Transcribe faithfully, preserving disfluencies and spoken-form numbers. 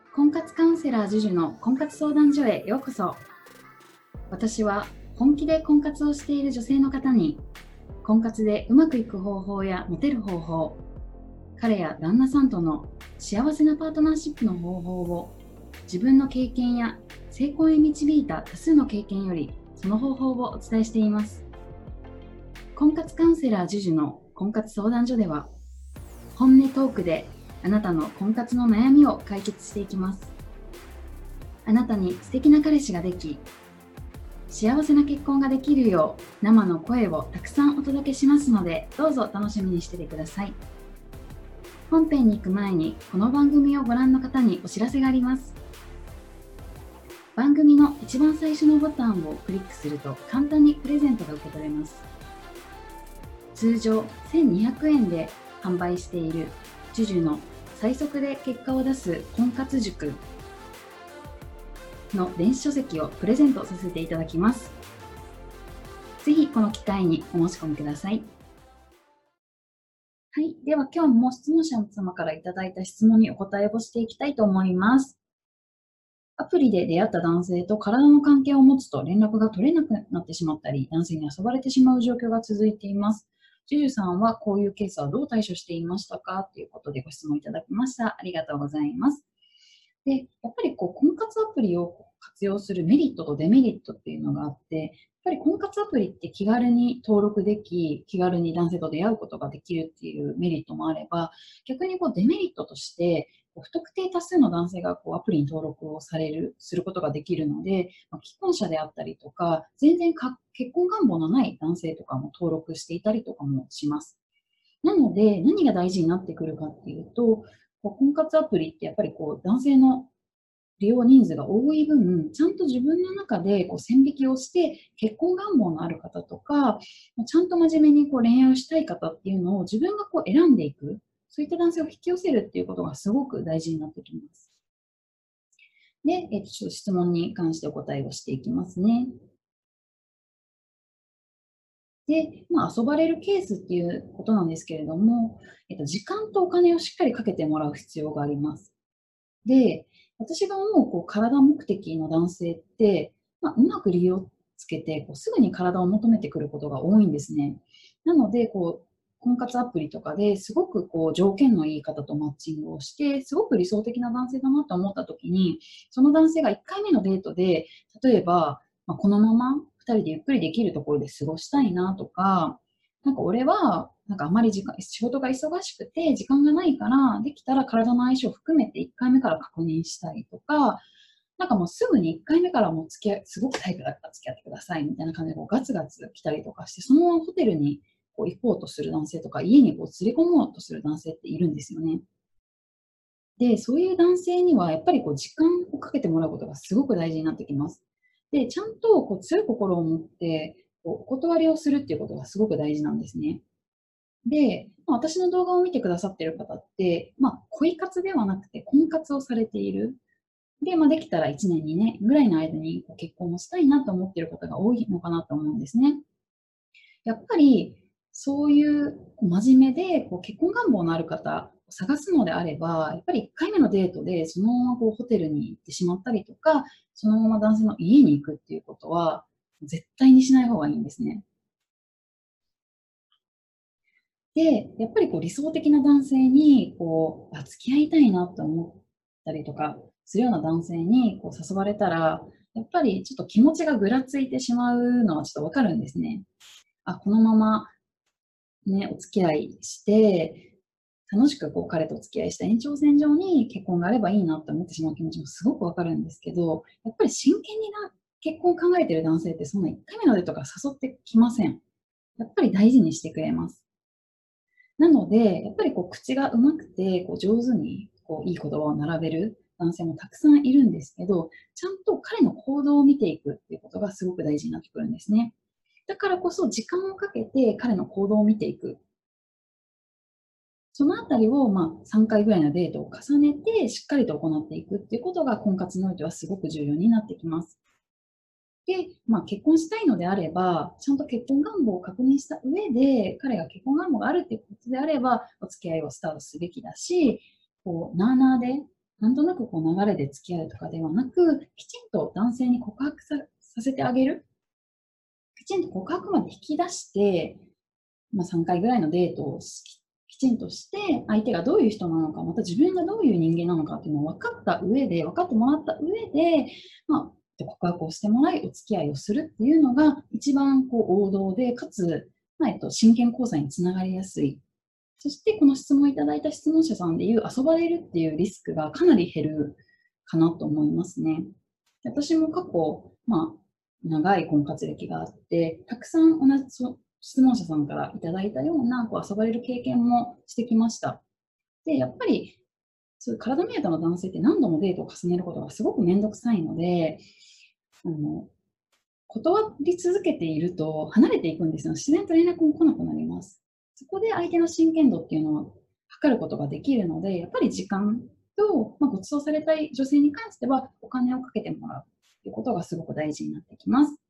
婚活カウンセラー ジュジュ の婚活相談所へようこそ。私は本気で婚活をしている女性の方に、婚活でうまくいく方法やモテる方法、彼や旦那さんとの幸せなパートナーシップの方法を、自分の経験や成功へ導いた多数の経験よりその方法をお伝えしています。婚活カウンセラー ジュジュ の婚活相談所では、本音トークであなたの婚活の悩みを解決していきます。あなたに素敵な彼氏ができ、幸せな結婚ができるよう生の声をたくさんお届けしますので、どうぞ楽しみにしててください。本編に行く前に、この番組をご覧の方にお知らせがあります。番組の一番最初のボタンをクリックすると簡単にプレゼントが受け取れます。通常せんにひゃくえんで販売している ジュジュ の最速で結果を出す婚活塾の電子書籍をプレゼントさせていただきます。ぜひこの機会にお申し込みください。はい。では今日も質問者様からいただいた質問にお答えをしていきたいと思います。アプリで出会った男性と体の関係を持つと連絡が取れなくなってしまったり、男性に遊ばれてしまう状況が続いています。ジュジュさんはこういうケースはどう対処していましたかということでご質問いただきました。ありがとうございます。で、やっぱりこう婚活アプリを活用するメリットとデメリットっていうのがあって、やっぱり婚活アプリって気軽に登録でき、気軽に男性と出会うことができるっていうメリットもあれば、逆にこうデメリットとして、不特定多数の男性がこうアプリに登録をされる、することができるので、まあ、既婚者であったりとか、全然か結婚願望のない男性とかも登録していたりとかもします。なので、何が大事になってくるかっていうと、こう婚活アプリってやっぱりこう男性の利用人数が多い分、ちゃんと自分の中でこう線引きをして、結婚願望のある方とか、ちゃんと真面目にこう恋愛をしたい方っていうのを自分がこう選んでいく、そういった男性を引き寄せるっていうことがすごく大事になってきます。で、えっと、ちょっと質問に関してお答えをしていきますね。で、まあ、遊ばれるケースっていうことなんですけれども、えっと、時間とお金をしっかりかけてもらう必要があります。で、私が思うこう体目的の男性って、まあ、うまく理由をつけて、こうすぐに体を求めてくることが多いんですね。なので、こう婚活アプリとかですごくこう条件のいい方とマッチングをして、すごく理想的な男性だなと思ったときに、その男性がいっかいめのデートで、例えば、まあ、このままふたりでゆっくりできるところで過ごしたいなとか、なんか俺は、なんかあまり時間、仕事が忙しくて時間がないから、できたら体の相性を含めていっかいめから確認したりとか、なんかもうすぐにいっかいめからもう付き合い、すごくタイプだから付き合ってくださいみたいな感じでこうガツガツ来たりとかして、そのままホテルにこう行こうとする男性とか、家にこう連れ込もうとする男性っているんですよね。で、そういう男性にはやっぱりこう時間をかけてもらうことがすごく大事になってきます。で、ちゃんとこう強い心を持って、こうお断りをするっていうことがすごく大事なんですね。で、まあ、私の動画を見てくださっている方って、まあ、恋活ではなくて婚活をされている。で、まあ、できたらいちねん、にねんぐらいの間にこう結婚をしたいなと思っている方が多いのかなと思うんですね。やっぱり、そういう真面目でこう結婚願望のある方を探すのであれば、やっぱりいっかいめのデートでそのままこうホテルに行ってしまったりとか、そのまま男性の家に行くっていうことは、絶対にしない方がいいんですね。で、やっぱりこう理想的な男性にこう、あ、付き合いたいなと思ったりとかするような男性にこう誘われたら、やっぱりちょっと気持ちがぐらついてしまうのはちょっとわかるんですね。あ、このままね、お付き合いして、楽しくこう彼とお付き合いした延長線上に結婚があればいいなって思ってしまう気持ちもすごくわかるんですけど、やっぱり真剣にな結婚を考えている男性ってそんないっかいめのデートから誘ってきません。やっぱり大事にしてくれます。なので、やっぱりこう口が上手くて、こう上手にこういい言葉を並べる男性もたくさんいるんですけど、ちゃんと彼の行動を見ていくっていうことがすごく大事になってくるんですね。だからこそ時間をかけて彼の行動を見ていく。そのあたりをまあさんかいぐらいのデートを重ねてしっかりと行っていくっていうことが婚活においてはすごく重要になってきます。で、まあ、結婚したいのであれば、ちゃんと結婚願望を確認した上で、彼が結婚願望があるっていうことであれば、お付き合いをスタートすべきだし、こう、なあなあでなんとなくこう流れで付き合うとかではなく、きちんと男性に告白ささせてあげる。きちんと告白まで引き出して、まあ、さんかいぐらいのデートをしきちんとして、相手がどういう人なのか、また自分がどういう人間なのかっていうのを分かった上で、分かってもらった上で、まあ、告白をしてもらい、お付き合いをするっていうのが一番こう王道で、かつ、まあ、えっと、真剣交際につながりやすい。そしてこの質問いただいた質問者さんでいう遊ばれるっていうリスクがかなり減るかなと思いますね。私も過去、まあ、長い婚活歴があって、たくさん同じ質問者さんからいただいたようなこう遊ばれる経験もしてきました。で、やっぱりそういう体目当ての男性って何度もデートを重ねることがすごくめんどくさいので、あの断り続けていると離れていくんですよ。自然と連絡も来なくなります。そこで相手の真剣度っていうのを測ることができるので、やっぱり時間と、まあ、ご馳走されたい女性に関してはお金をかけてもらうということがすごく大事になってきます。